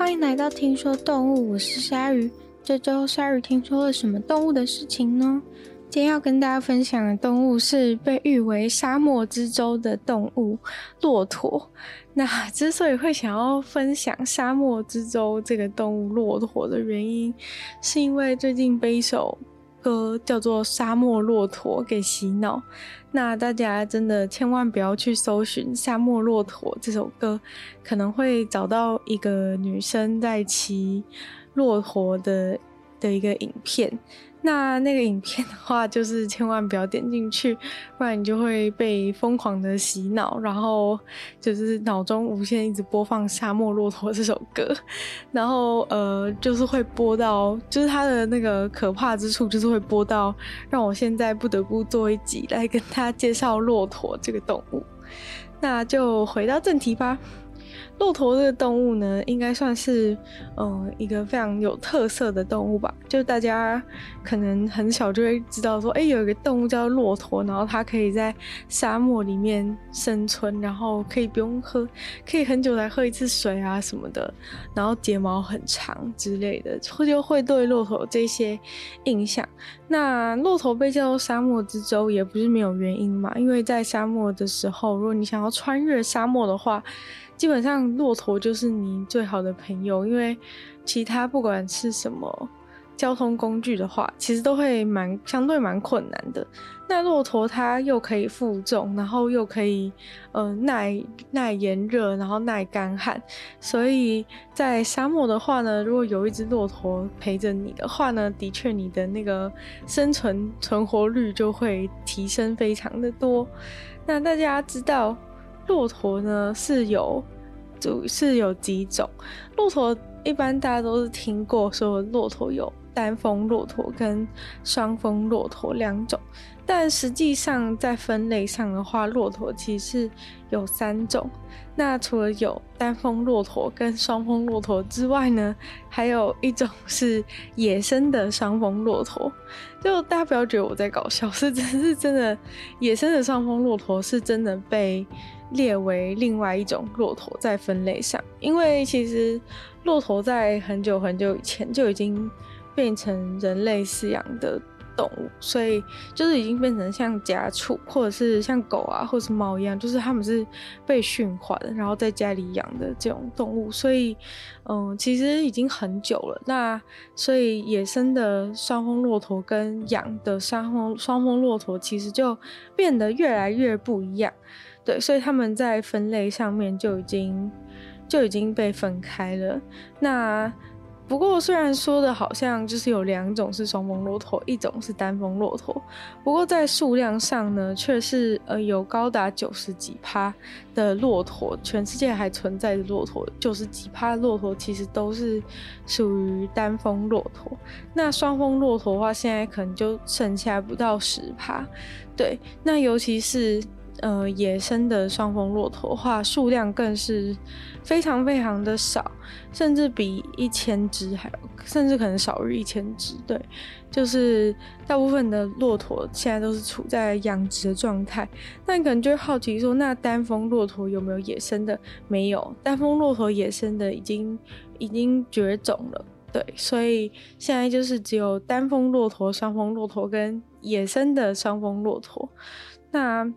欢迎来到听说动物，我是鲨鱼。这周鲨鱼听说了什么动物的事情呢？今天要跟大家分享的动物是被誉为沙漠之州的动物骆驼。那之所以会想要分享沙漠之州这个动物骆驼的原因，是因为最近被一首歌叫做《沙漠骆驼》给洗脑。那大家真的千万不要去搜寻《沙漠骆驼》这首歌，可能会找到一个女生在骑骆驼的一个影片。那个影片的话，就是千万不要点进去，不然你就会被疯狂的洗脑，然后就是脑中无限一直播放《沙漠骆驼》这首歌，然后就是会播到，就是它的那个可怕之处，就是会播到让我现在不得不做一集来跟大家介绍骆驼这个动物。那就回到正题吧。骆驼这个动物呢，应该算是一个非常有特色的动物吧。就大家可能很小就会知道说，有一个动物叫骆驼，然后它可以在沙漠里面生存，然后可以不用喝，可以很久才喝一次水啊什么的，然后睫毛很长之类的，就会对骆驼有这些印象。那骆驼被叫做沙漠之州也不是没有原因嘛，因为在沙漠的时候，如果你想要穿越沙漠的话，基本上骆驼就是你最好的朋友，因为其他不管是什么交通工具的话，其实都会相对蛮困难的。那骆驼它又可以负重，然后又可以耐炎热，然后耐干旱，所以在沙漠的话呢，如果有一只骆驼陪着你的话呢，的确你的那个存活率就会提升非常的多。那大家知道骆驼呢是有几种。骆驼一般大家都是听过说骆驼有单峰骆驼跟双峰骆驼两种，但实际上在分类上的话，骆驼其实是有3种。那除了有单峰骆驼跟双峰骆驼之外呢，还有一种是野生的双峰骆驼。就大家不要觉得我在搞笑，是真的，野生的双峰骆驼是真的被列为另外一种骆驼在分类上。因为其实骆驼在很久很久以前就已经变成人类饲养的动物，所以就是已经变成像家畜或者是像狗啊或者是猫一样，就是它们是被驯化的，然后在家里养的这种动物，所以其实已经很久了。那所以野生的双峰骆驼跟养的双峰骆驼其实就变得越来越不一样。对，所以他们在分类上面就已经被分开了。那不过虽然说的好像就是有2种是双峰骆驼，一种是单峰骆驼，不过在数量上呢，却是有高达90几%的骆驼，全世界还存在的骆驼90几%的骆驼其实都是属于单峰骆驼。那双峰骆驼的话，现在可能就剩下不到10%。对，那尤其是野生的双峰骆驼的话，数量更是非常非常的少，甚至比1000只还有，甚至可能少于1000只。对，就是大部分的骆驼现在都是处在养殖的状态。那你可能就会好奇说，那单峰骆驼有没有野生的？没有，单峰骆驼野生的已经绝种了。对，所以现在就是只有单峰骆驼、双峰骆驼跟野生的双峰骆驼。那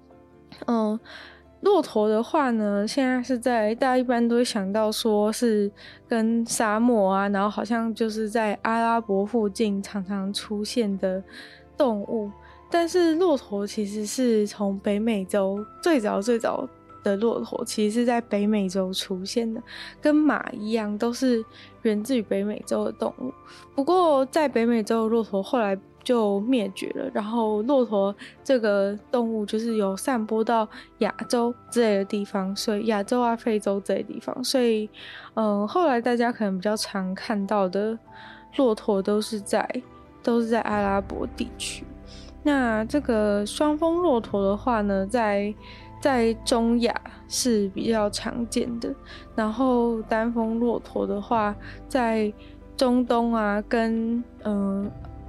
骆驼的话呢，现在是大家一般都会想到说是跟沙漠啊，然后好像就是在阿拉伯附近常常出现的动物。但是骆驼其实是从北美洲最早的骆驼其实是在北美洲出现的，跟马一样都是源自于北美洲的动物。不过在北美洲的骆驼后来就灭绝了，然后骆驼这个动物就是有散播到亚洲之类的地方，所以亚洲啊、非洲这类地方，所以后来大家可能比较常看到的骆驼都是在阿拉伯地区。那这个双峰骆驼的话呢，在中亚是比较常见的，然后单峰骆驼的话，在中东啊跟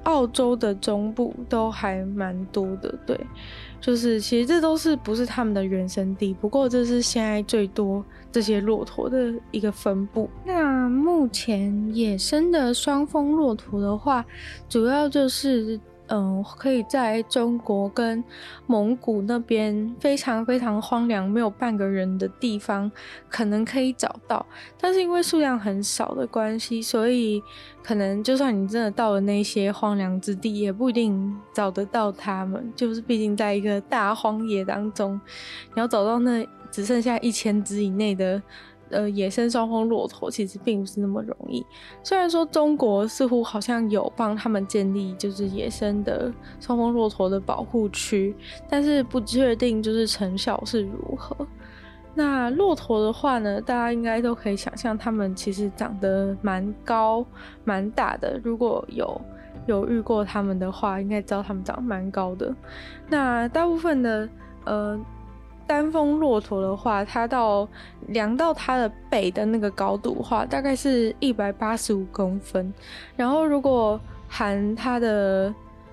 澳洲的中部都还蛮多的，对，就是其实这都是不是他们的原生地，不过这是现在最多这些骆驼的一个分布。那目前野生的双峰骆驼的话，主要就是可以在中国跟蒙古那边非常非常荒凉没有半个人的地方可能可以找到，但是因为数量很少的关系，所以可能就算你真的到了那些荒凉之地，也不一定找得到它们，就是毕竟在一个大荒野当中，你要找到那只剩下1000只以内的野生双峰骆驼其实并不是那么容易。虽然说中国似乎好像有帮他们建立就是野生的双峰骆驼的保护区，但是不确定就是成效是如何。那骆驼的话呢，大家应该都可以想象它们其实长得蛮高蛮大的，如果有遇过它们的话，应该知道它们长得蛮高的。那大部分的单峰骆驼的话，它量到它的背的那个高度的话，大概是185公分。然后如果含它的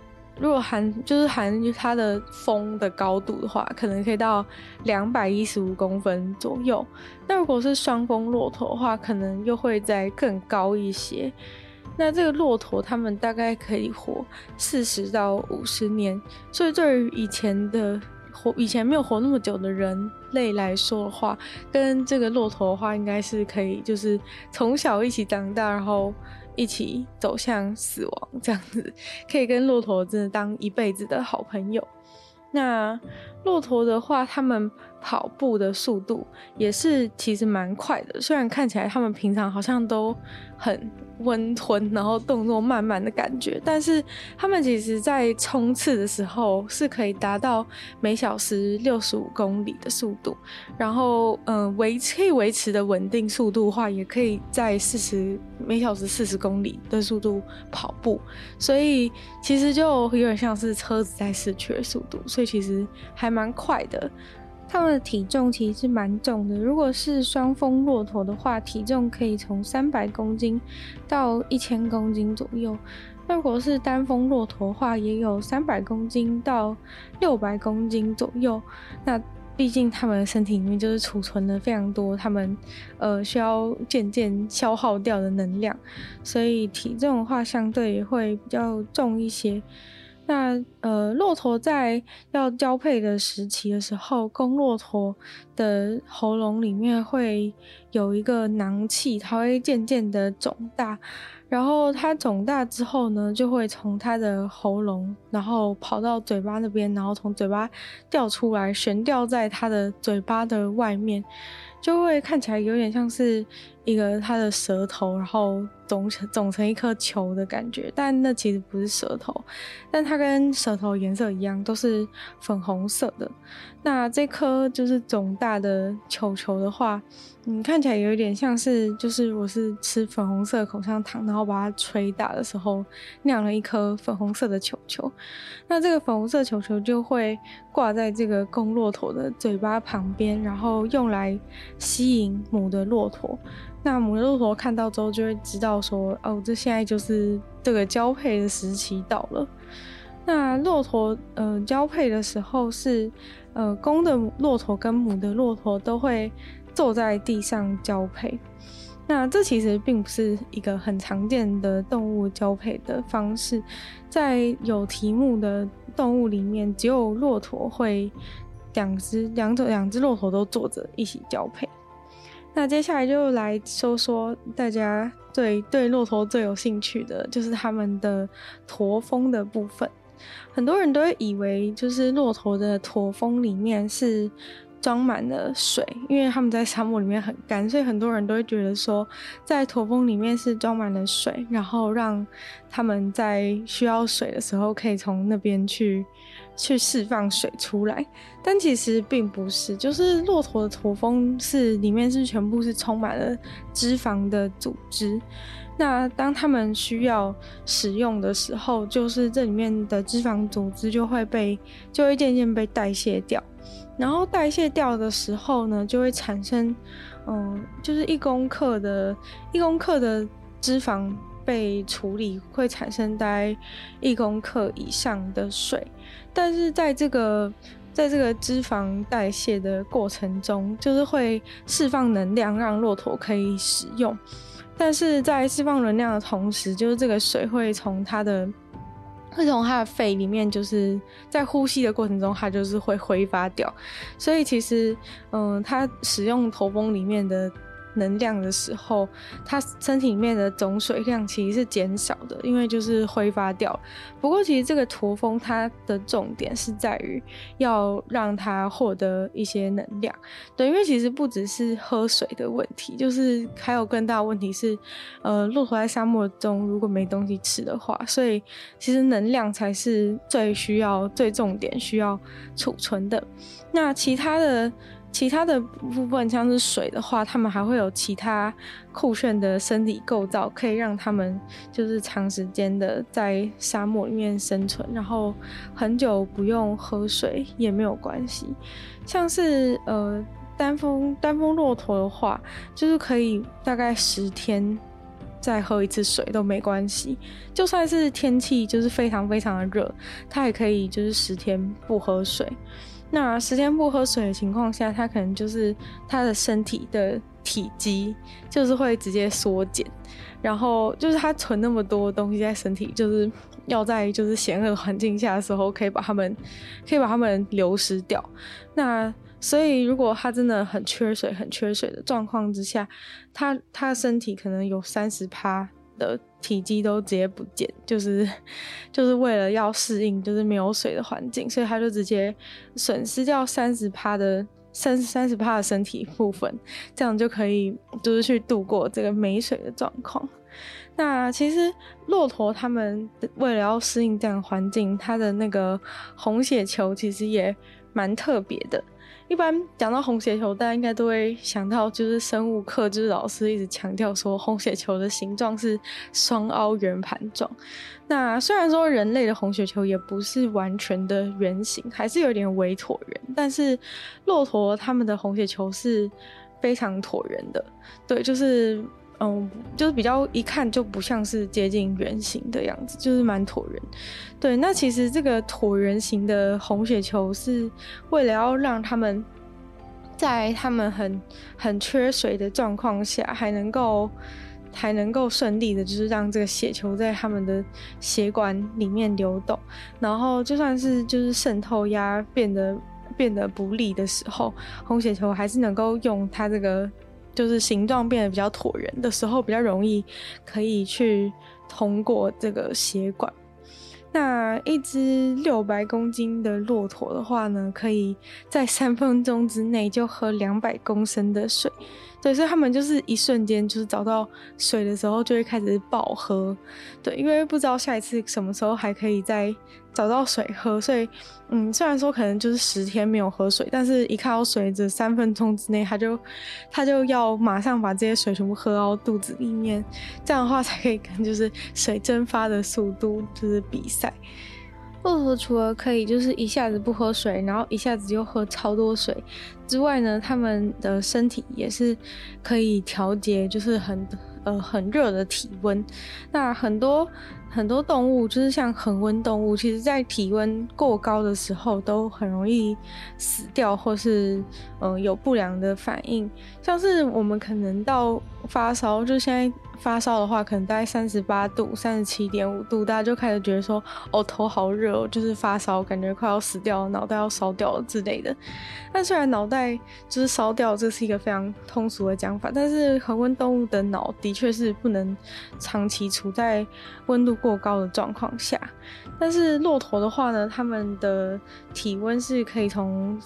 峰的高度的话，可能可以到215公分左右。那如果是双峰骆驼的话，可能又会再更高一些。那这个骆驼它们大概可以活40到50年，所以对于以前没有活那么久的人类来说的话，跟这个骆驼的话应该是可以就是从小一起长大，然后一起走向死亡这样子，可以跟骆驼真的当一辈子的好朋友。那骆驼的话，他们跑步的速度也是其实蛮快的，虽然看起来他们平常好像都很温吞，然后动作慢慢的感觉，但是他们其实在冲刺的时候是可以达到每小时65公里的速度，然后可以维持的稳定速度的话，也可以在每小时40公里的速度跑步，所以其实就有点像是车子在市区的速度，所以其实还蛮快的。它们的体重其实是蛮重的，如果是双峰骆驼的话，体重可以从300公斤到1000公斤左右。那如果是单峰骆驼的话，也有300公斤到600公斤左右。那毕竟他们的身体里面就是储存了非常多他们需要渐渐消耗掉的能量，所以体重的话相对也会比较重一些。那骆驼在要交配的时期的时候，公骆驼的喉咙里面会有一个囊气，它会渐渐的肿大，然后它肿大之后呢，就会从它的喉咙，然后跑到嘴巴那边，然后从嘴巴掉出来，悬吊在它的嘴巴的外面，就会看起来有点像是一个它的舌头，然后肿成一颗球的感觉，但那其实不是舌头，但它跟舌头颜色一样，都是粉红色的。那这颗就是肿大的球球的话，看起来有一点像是，就是我是吃粉红色口香糖，然后把它吹大的时候酿了一颗粉红色的球球。那这个粉红色球球就会挂在这个公骆驼的嘴巴旁边，然后用来吸引母的骆驼。那母的骆驼看到之后就会知道说，哦，这现在就是这个交配的时期到了。那骆驼交配的时候是公的骆驼跟母的骆驼都会坐在地上交配。那这其实并不是一个很常见的动物交配的方式，在有蹄目的动物里面，只有骆驼会两只骆驼都坐着一起交配。那接下来就来说说大家对骆驼最有兴趣的，就是他们的驼峰的部分。很多人都会以为就是骆驼的驼峰里面是装满了水，因为他们在沙漠里面很干，所以很多人都会觉得说在驼峰里面是装满了水，然后让他们在需要水的时候可以从那边去释放水出来。但其实并不是，就是骆驼的驼峰里面是全部是充满了脂肪的组织，那当他们需要使用的时候，就是这里面的脂肪组织就会渐渐被代谢掉，然后代谢掉的时候呢，就会产生就是1公克的脂肪被处理会产生大概1公克以上的水，但是在这个脂肪代谢的过程中，就是会释放能量让骆驼可以使用，但是在释放能量的同时，就是这个水会从它的肺里面，就是在呼吸的过程中，它就是会挥发掉。所以其实，它使用驼峰里面的能量的时候，它身体里面的总水量其实是减少的，因为就是挥发掉。不过其实这个驼峰它的重点是在于要让它获得一些能量，对，因为其实不只是喝水的问题，就是还有更大的问题是，骆驼在沙漠中如果没东西吃的话，所以其实能量才是最重点需要储存的。那其他的部分像是水的话，他们还会有其他酷炫的身体构造，可以让他们就是长时间的在沙漠里面生存，然后很久不用喝水也没有关系。像是单峰骆驼的话，就是可以大概10天再喝一次水都没关系，就算是天气就是非常非常的热，它也可以就是10天不喝水。那10天不喝水的情况下，它可能就是它的身体的体积就是会直接缩减，然后就是它存那么多东西在身体，就是要在就是险恶环境下的时候可以把它们流失掉。那所以如果它真的很缺水的状况之下，它的身体可能有30%的体积都直接不见，就是为了要适应就是没有水的环境，所以它就直接损失掉30%的身体部分，这样就可以就是去度过这个没水的状况。那其实骆驼他们为了要适应这样的环境，它的那个红血球其实也蛮特别的。一般讲到红血球，大家应该都会想到就是生物课，就是老师一直强调说红血球的形状是双凹圆盘状。那虽然说人类的红血球也不是完全的圆形，还是有点微椭圆，但是骆驼它们的红血球是非常椭圆的，对，就是比较一看就不像是接近圆形的样子，就是蛮椭圆。对，那其实这个椭圆形的红血球是为了要让他们在他们很缺水的状况下，还能够顺利的，就是让这个血球在他们的血管里面流动，然后就算是就是渗透压变得不利的时候，红血球还是能够用它这个就是形状变得比较椭圆的时候，比较容易可以去通过这个血管。那一只600公斤的骆驼的话呢，可以在3分钟之内就喝200公升的水。对，所以他们就是一瞬间就是找到水的时候就会开始暴喝。对，因为不知道下一次什么时候还可以再找到水喝，所以虽然说可能就是10天没有喝水，但是一看到水这3分钟之内，他就要马上把这些水全部喝到肚子里面，这样的话才可以跟就是水蒸发的速度就是比赛。骆驼除了可以就是一下子不喝水，然后一下子又喝超多水之外呢，他们的身体也是可以调节就是很热的体温。那很多动物就是像恒温动物，其实在体温过高的时候都很容易死掉，或是有不良的反应。像是我们可能到发烧，就现在发烧的话可能大概38度 37.5 度，大家就开始觉得说头好热，就是发烧，感觉快要死掉了，脑袋要烧掉了之类的。但虽然脑袋就是烧掉，这是一个非常通俗的讲法，但是恒温动物的脑的确是不能长期处在温度过高的状况下。但是骆驼的话呢，他们的体温是可以从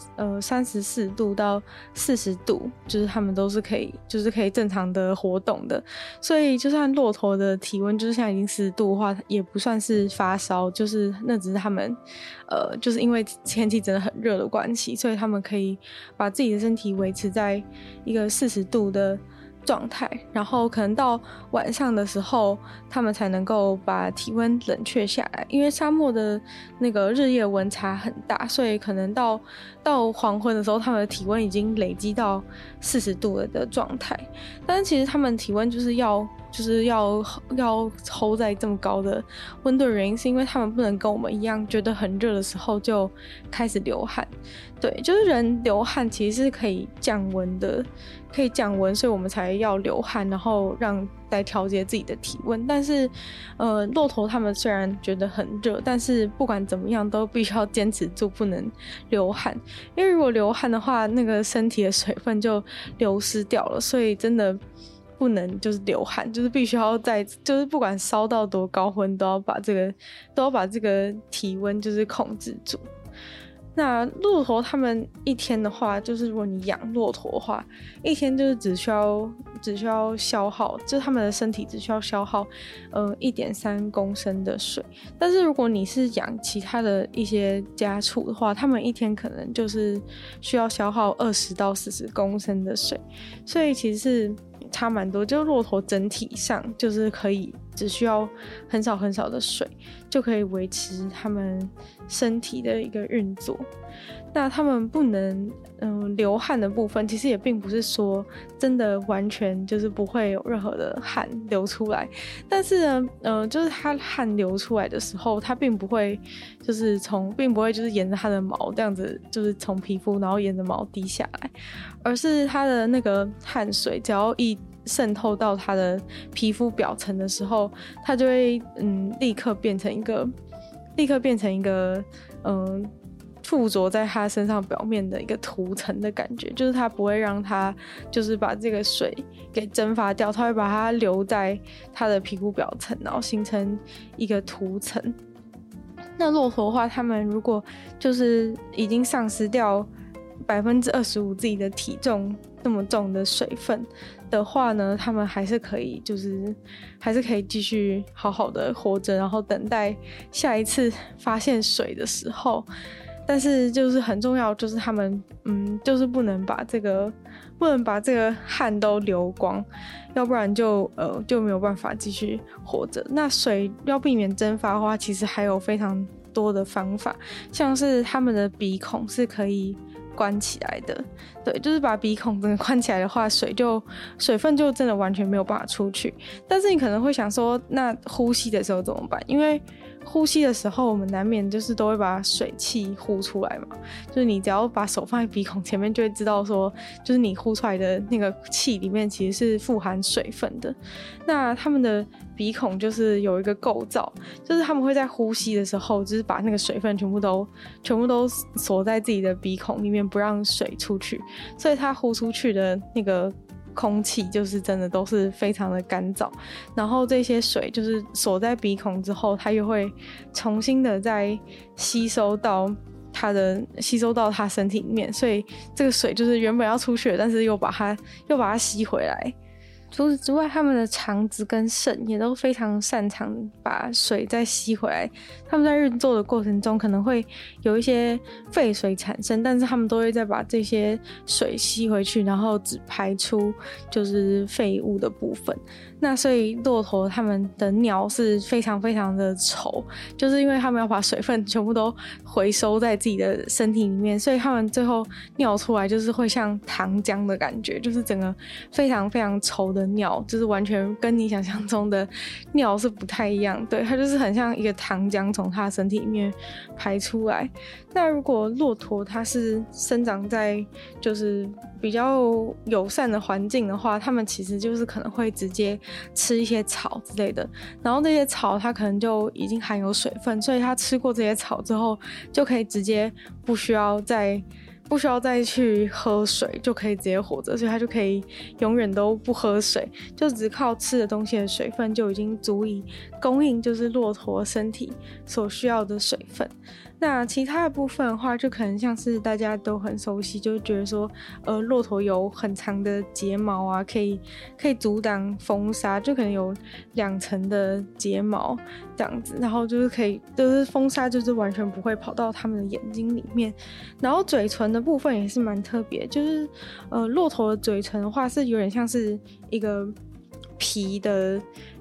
34度到40度，就是他们都是可以正常的活动的。所以就算骆驼的体温就是现在已经40度的话，也不算是发烧，就是那只是他们就是因为天气真的很热的关系，所以他们可以把自己的身体维持在一个40度的状态，然后可能到晚上的时候他们才能够把体温冷却下来，因为沙漠的那个日夜温差很大，所以可能到黄昏的时候他们的体温已经累积到40度了的状态。但是其实他们体温就是要就是要 hold 在这么高的温度的原因，是因为他们不能跟我们一样觉得很热的时候就开始流汗。对，就是人流汗其实是可以降温的，所以我们才要流汗，然后来调节自己的体温。但是骆驼他们虽然觉得很热，但是不管怎么样都必须要坚持住，不能流汗，因为如果流汗的话，那个身体的水分就流失掉了，所以真的不能就是流汗，就是必须要就是不管烧到多高温，都要把这个体温就是控制住。那骆驼他们一天的话，就是如果你养骆驼的话，一天就是只需要消耗，就是他们的身体只需要消耗1.3公升的水。但是如果你是养其他的一些家畜的话，他们一天可能就是需要消耗20到40公升的水，所以其实是差蛮多。就骆驼整体上就是只需要很少很少的水，就可以维持他们身体的一个运作。那他们不能流汗的部分，其实也并不是说真的完全就是不会有任何的汗流出来，但是呢就是他汗流出来的时候，他并不会就是沿着他的毛这样子，就是从皮肤然后沿着毛滴下来，而是他的那个汗水只要一渗透到他的皮肤表层的时候，它就会立刻变成一个附着在他身上表面的一个涂层的感觉，就是它不会让它就是把这个水给蒸发掉，它会把它留在它的皮肤表层，然后形成一个涂层。那骆驼的话，他们如果就是已经丧失掉25%自己的体重那么重的水分的话呢，他们还是可以继续好好的活着，然后等待下一次发现水的时候。但是就是很重要，就是他们就是不能把这个汗都流光，要不然就没有办法继续活着。那水要避免蒸发的话，其实还有非常多的方法，像是他们的鼻孔是可以关起来的。对，就是把鼻孔整个关起来的话，水分就真的完全没有办法出去。但是你可能会想说，那呼吸的时候怎么办？因为呼吸的时候我们难免就是都会把水汽呼出来嘛，就是你只要把手放在鼻孔前面，就会知道说就是你呼出来的那个气里面其实是富含水分的。那他们的鼻孔就是有一个构造，就是他们会在呼吸的时候就是把那个水分全部都锁在自己的鼻孔里面，不让水出去，所以他呼出去的那个空气就是真的都是非常的干燥，然后这些水就是锁在鼻孔之后，它又会重新的再吸收到他身体里面，所以这个水就是原本要出去的，但是又把它吸回来。除此之外，他们的肠子跟肾也都非常擅长把水再吸回来。他们在运作的过程中可能会有一些废水产生，但是他们都会再把这些水吸回去，然后只排出就是废物的部分。那所以骆驼他们的尿是非常非常的稠，就是因为他们要把水分全部都回收在自己的身体里面，所以他们最后尿出来就是会像糖浆的感觉，就是整个非常非常稠的尿，就是完全跟你想象中的尿是不太一样。对，它就是很像一个糖浆从它身体里面排出来。那如果骆驼它是生长在就是比较友善的环境的话，它们其实就是可能会直接吃一些草之类的，然后那些草它可能就已经含有水分，所以它吃过这些草之后就可以直接不需要再去喝水，就可以直接活着，所以它就可以永远都不喝水，就只靠吃的东西的水分就已经足以供应就是骆驼身体所需要的水分。那其他的部分的话，就可能像是大家都很熟悉，就觉得说骆驼有很长的睫毛啊，可以阻挡风沙，就可能有2层的睫毛这样子，然后就是风沙就是完全不会跑到他们的眼睛里面。然后嘴唇的部分也是蛮特别，就是骆驼的嘴唇的话是有点像是一个皮的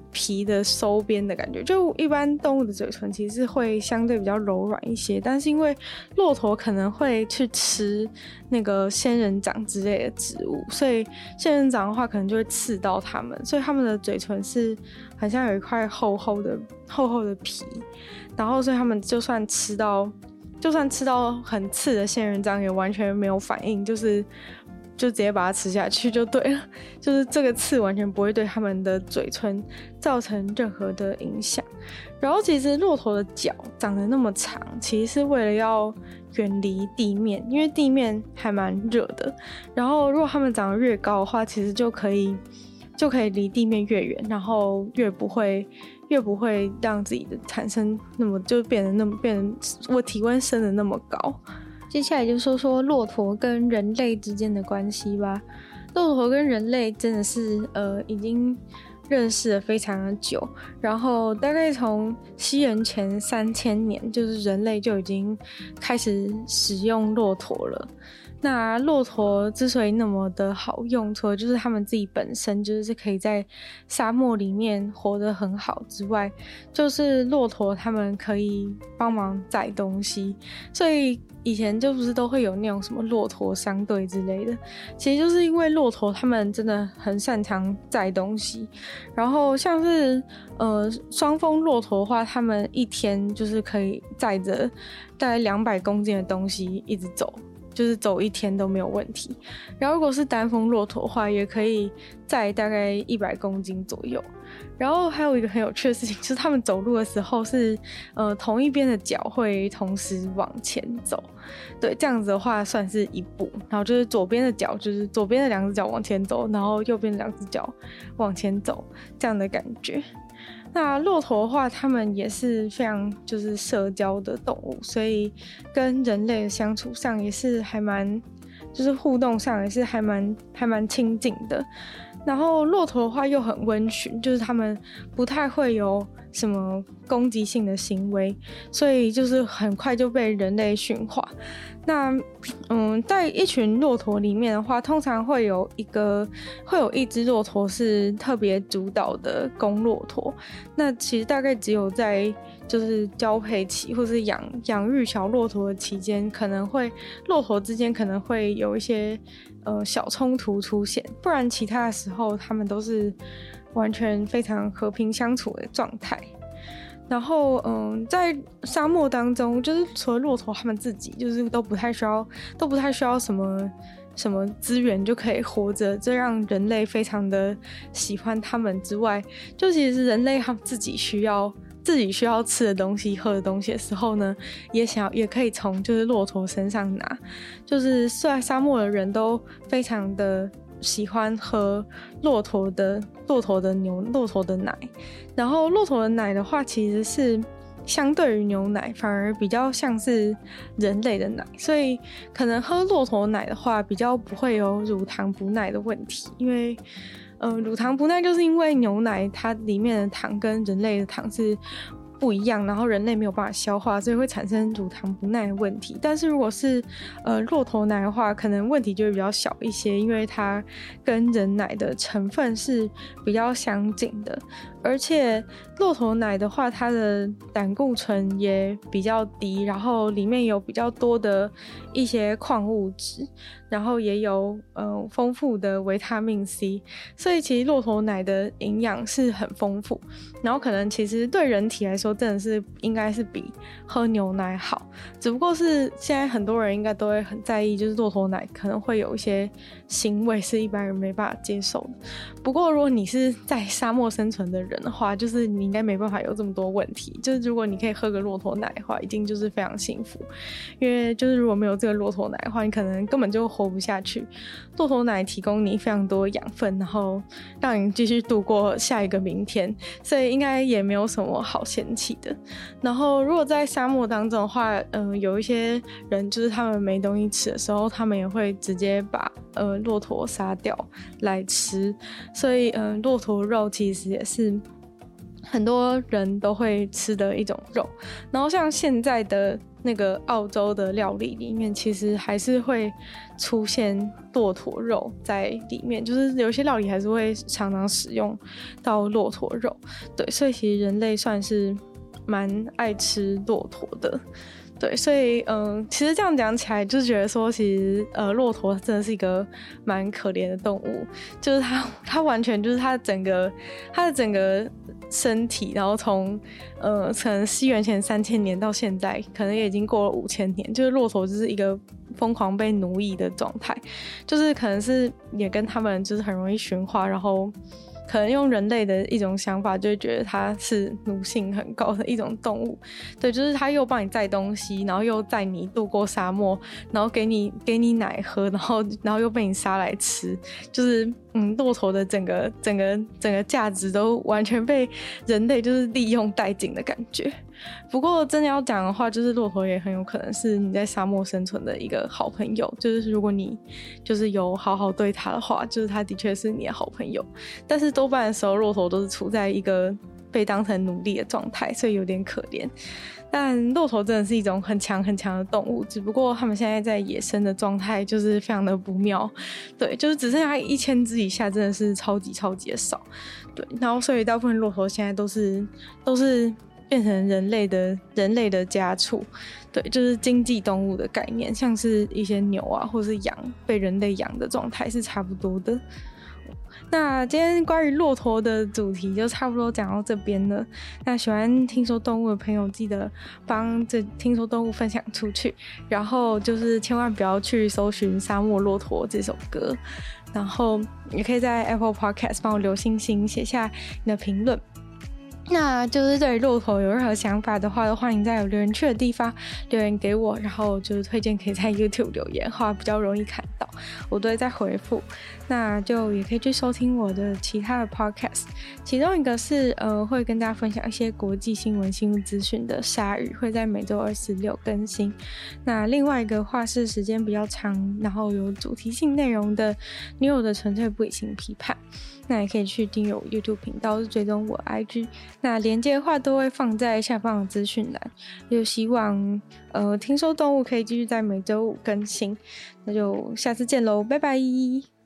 皮的收边的感觉。就一般动物的嘴唇其实会相对比较柔软一些，但是因为骆驼可能会去吃那个仙人掌之类的植物，所以仙人掌的话可能就会刺到它们，所以它们的嘴唇是很像有一块厚厚的皮，然后所以它们就算吃到很刺的仙人掌也完全没有反应，就直接把它吃下去就对了，就是这个刺完全不会对它们的嘴唇造成任何的影响。然后其实骆驼的脚长得那么长，其实是为了要远离地面，因为地面还蛮热的，然后如果它们长得越高的话，其实就可以离地面越远，然后越不会让自己的产生那么就变成我体温升得那么高。接下来就说说骆驼跟人类之间的关系吧。骆驼跟人类真的是已经认识了非常的久，然后大概从西元前3000年，就是人类就已经开始使用骆驼了。那骆驼之所以那么的好用，除了就是他们自己本身就是可以在沙漠里面活得很好之外，就是骆驼他们可以帮忙载东西，所以以前就不是都会有那种什么骆驼商队之类的，其实就是因为骆驼他们真的很擅长载东西。然后像是双峰骆驼的话，他们一天就是可以载着大概200公斤的东西一直走，就是走一天都没有问题。然后如果是单峰骆驼的话，也可以载大概100公斤左右。然后还有一个很有趣的事情，就是他们走路的时候是同一边的脚会同时往前走，对，这样子的话算是一步，然后就是左边的脚就是左边的2只脚往前走，然后右边的2只脚往前走，这样的感觉。那骆驼的话，他们也是非常就是社交的动物，所以跟人类的相处上也是还蛮，就是互动上也是还蛮亲近的。然后骆驼的话又很温驯，就是他们不太会有什么攻击性的行为，所以就是很快就被人类驯化。那在一群骆驼里面的话，通常会有一只骆驼是特别主导的公骆驼。那其实大概只有在就是交配期或是养育小骆驼的期间，可能会骆驼之间可能会有一些小冲突出现，不然其他的时候他们都是完全非常和平相处的状态。然后在沙漠当中，就是除了骆驼他们自己就是都不太需要什么资源就可以活着，这让人类非常的喜欢他们之外，就其实人类他们自己需要吃的东西喝的东西的时候呢，也可以从就是骆驼身上拿。就是在沙漠的人都非常的喜欢喝骆驼的奶，然后骆驼的奶的话其实是相对于牛奶反而比较像是人类的奶，所以可能喝骆驼奶的话比较不会有乳糖不耐的问题。因为乳糖不耐就是因为牛奶它里面的糖跟人类的糖是不一样，然后人类没有办法消化，所以会产生乳糖不耐的问题。但是如果是骆驼奶的话，可能问题就会比较小一些，因为它跟人奶的成分是比较相近的，而且骆驼奶的话，它的胆固醇也比较低，然后里面有比较多的一些矿物质，然后也有丰富的维他命 C， 所以其实骆驼奶的营养是很丰富，然后可能其实对人体来说真的是应该是比喝牛奶好，只不过是现在很多人应该都会很在意，就是骆驼奶可能会有一些腥味是一般人没办法接受的。不过如果你是在沙漠生存的人的话，就是你应该没办法有这么多问题，就是如果你可以喝个骆驼奶的话，一定就是非常幸福。因为就是如果没有这个骆驼奶的话，你可能根本就活不下去。骆驼奶提供你非常多养分，然后让你继续度过下一个明天，所以应该也没有什么好嫌弃的。然后如果在沙漠当中的话，有一些人就是他们没东西吃的时候，他们也会直接把骆驼杀掉来吃，所以骆驼肉其实也是很多人都会吃的一种肉。然后像现在的那个澳洲的料理里面，其实还是会出现骆驼肉在里面，就是有些料理还是会常常使用到骆驼肉。对，所以其实人类算是蛮爱吃骆驼的。对，所以其实这样讲起来，就觉得说，其实骆驼真的是一个蛮可怜的动物，就是它完全就是它的整个身体，然后从可能西元前3000年到现在，可能也已经过了5000年，就是骆驼就是一个疯狂被奴役的状态，就是可能是也跟他们就是很容易驯化，然后可能用人类的一种想法就会觉得它是奴性很高的一种动物。对，就是它又帮你载东西，然后又载你渡过沙漠，然后给你奶喝，然后又被你杀来吃，就是骆驼的整个价值都完全被人类就是利用殆尽的感觉。不过真的要讲的话，就是骆驼也很有可能是你在沙漠生存的一个好朋友，就是如果你就是有好好对它的话，就是它的确是你的好朋友。但是多半的时候骆驼都是处在一个被当成奴隶的状态，所以有点可怜。但骆驼真的是一种很强很强的动物，只不过他们现在在野生的状态就是非常的不妙。对，就是只剩下1000只以下，真的是超级超级的少。对，然后所以大部分骆驼现在都是变成人类的家畜。对，就是经济动物的概念，像是一些牛啊或是羊被人类养的状态是差不多的。那今天关于骆驼的主题就差不多讲到这边了。那喜欢听说动物的朋友，记得帮这听说动物分享出去，然后就是千万不要去搜寻《沙漠骆驼》这首歌，然后也可以在 Apple Podcast 帮我留星星，写下你的评论。那就是对于骆驼有任何想法的话，都欢迎在有留言区的地方留言给我，然后就是推荐可以在 YouTube 留言的话比较容易看到，我都会再回复。那就也可以去收听我的其他的 podcast， 其中一个是会跟大家分享一些国际新闻资讯的鲨鱼，会在每周26更新。那另外一个话是时间比较长，然后有主题性内容的女友的纯粹不理性批判。那也可以去订阅我 YouTube 频道，追踪我 IG， 那连接的话都会放在下方的资讯栏。就希望听说动物可以继续在每周5更新，那就下次见咯，拜拜。